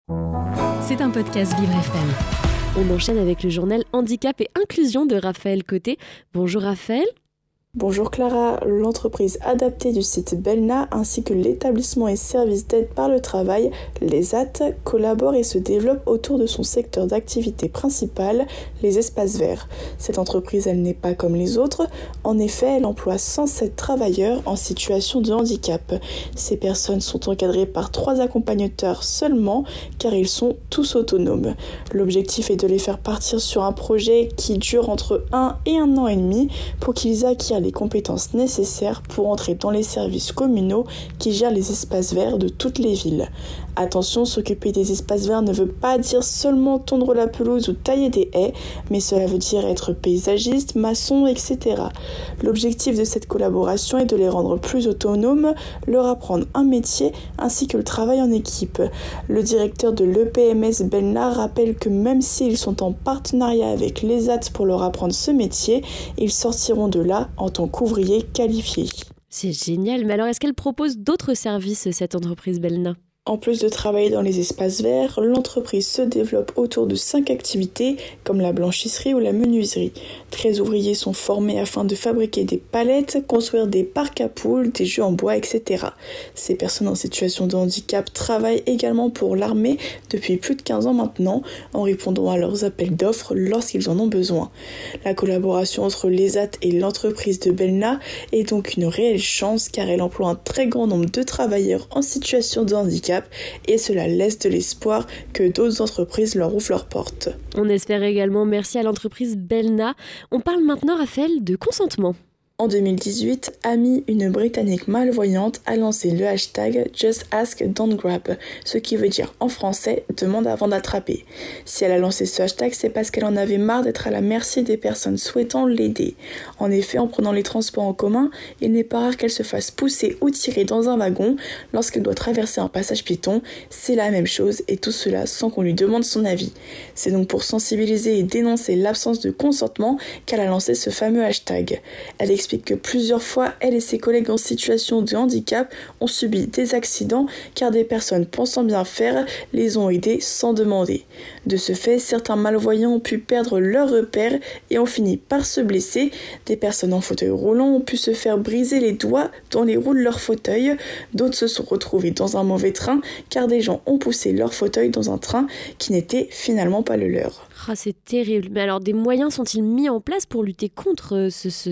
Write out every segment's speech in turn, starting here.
C'est un podcast Vivre FM. On enchaîne avec le journal Handicap et Inclusion de Raphaël Côté. Bonjour Raphaël. Bonjour Clara, l'entreprise adaptée du site Belna ainsi que l'établissement et services d'aide par le travail, l'ESAT, collaborent et se développent autour de son secteur d'activité principal, les espaces verts. Cette entreprise, elle n'est pas comme les autres. En effet, elle emploie 107 travailleurs en situation de handicap. Ces personnes sont encadrées par 3 accompagnateurs seulement car ils sont tous autonomes. L'objectif est de les faire partir sur un projet qui dure entre 1 et 1 an et demi pour qu'ils acquièrent les compétences nécessaires pour entrer dans les services communaux qui gèrent les espaces verts de toutes les villes. Attention, s'occuper des espaces verts ne veut pas dire seulement tondre la pelouse ou tailler des haies, mais cela veut dire être paysagiste, maçon, etc. L'objectif de cette collaboration est de les rendre plus autonomes, leur apprendre un métier ainsi que le travail en équipe. Le directeur de l'EPMS Belna rappelle que même s'ils sont en partenariat avec l'ESAT pour leur apprendre ce métier, ils sortiront de là en tant qu'ouvriers qualifiés. C'est génial, mais alors est-ce qu'elle propose d'autres services, cette entreprise Belna ? En plus de travailler dans les espaces verts, l'entreprise se développe autour de 5 activités comme la blanchisserie ou la menuiserie. 13 ouvriers sont formés afin de fabriquer des palettes, construire des parcs à poules, des jeux en bois, etc. Ces personnes en situation de handicap travaillent également pour l'armée depuis plus de 15 ans maintenant, en répondant à leurs appels d'offres lorsqu'ils en ont besoin. La collaboration entre l'ESAT et l'entreprise de Belna est donc une réelle chance car elle emploie un très grand nombre de travailleurs en situation de handicap et cela laisse de l'espoir que d'autres entreprises leur ouvrent leurs portes. On espère également. Merci à l'entreprise Belna. On parle maintenant, Raphaël, de consentement. En 2018, Amy, une Britannique malvoyante, a lancé le hashtag Just Ask Don't Grab, ce qui veut dire en français « demande avant d'attraper ». Si elle a lancé ce hashtag, c'est parce qu'elle en avait marre d'être à la merci des personnes souhaitant l'aider. En effet, en prenant les transports en commun, il n'est pas rare qu'elle se fasse pousser ou tirer dans un wagon lorsqu'elle doit traverser un passage piéton. C'est la même chose et tout cela sans qu'on lui demande son avis. C'est donc pour sensibiliser et dénoncer l'absence de consentement qu'elle a lancé ce fameux hashtag. Elle explique que plusieurs fois, elle et ses collègues en situation de handicap ont subi des accidents car des personnes pensant bien faire les ont aidés sans demander. De ce fait, certains malvoyants ont pu perdre leurs repères et ont fini par se blesser. Des personnes en fauteuil roulant ont pu se faire briser les doigts dans les roues de leur fauteuil. D'autres se sont retrouvés dans un mauvais train car des gens ont poussé leur fauteuil dans un train qui n'était finalement pas le leur. Ah, c'est terrible. Mais alors, des moyens sont-ils mis en place pour lutter contre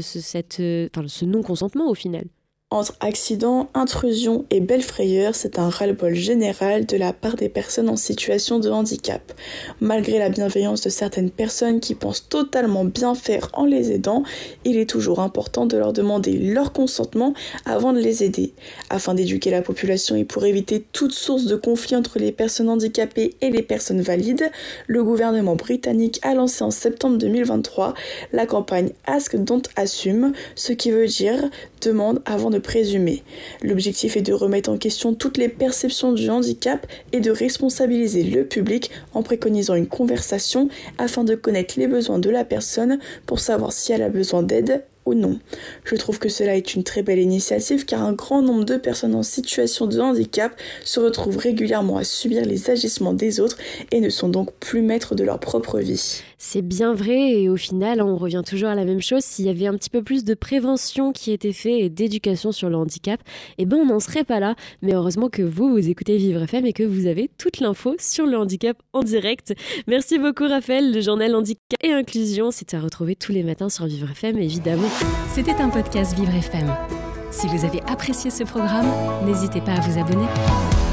ce non-consentement au final ? Entre accidents, intrusions et belles frayeurs, c'est un ras-le-bol général de la part des personnes en situation de handicap. Malgré la bienveillance de certaines personnes qui pensent totalement bien faire en les aidant, il est toujours important de leur demander leur consentement avant de les aider. Afin d'éduquer la population et pour éviter toute source de conflit entre les personnes handicapées et les personnes valides, le gouvernement britannique a lancé en septembre 2023 la campagne Ask Don't Assume, ce qui veut dire « demande avant de présumer ». L'objectif est de remettre en question toutes les perceptions du handicap et de responsabiliser le public en préconisant une conversation afin de connaître les besoins de la personne pour savoir si elle a besoin d'aide ou non. Je trouve que cela est une très belle initiative car un grand nombre de personnes en situation de handicap se retrouvent régulièrement à subir les agissements des autres et ne sont donc plus maîtres de leur propre vie. C'est bien vrai et au final, on revient toujours à la même chose. S'il y avait un petit peu plus de prévention qui était fait et d'éducation sur le handicap, on n'en serait pas là. Mais heureusement que vous écoutez Vivre FM et que vous avez toute l'info sur le handicap en direct. Merci beaucoup Raphaël. Le journal Handicap et Inclusion, c'est à retrouver tous les matins sur Vivre FM, évidemment. C'était un podcast Vivre FM. Si vous avez apprécié ce programme, n'hésitez pas à vous abonner.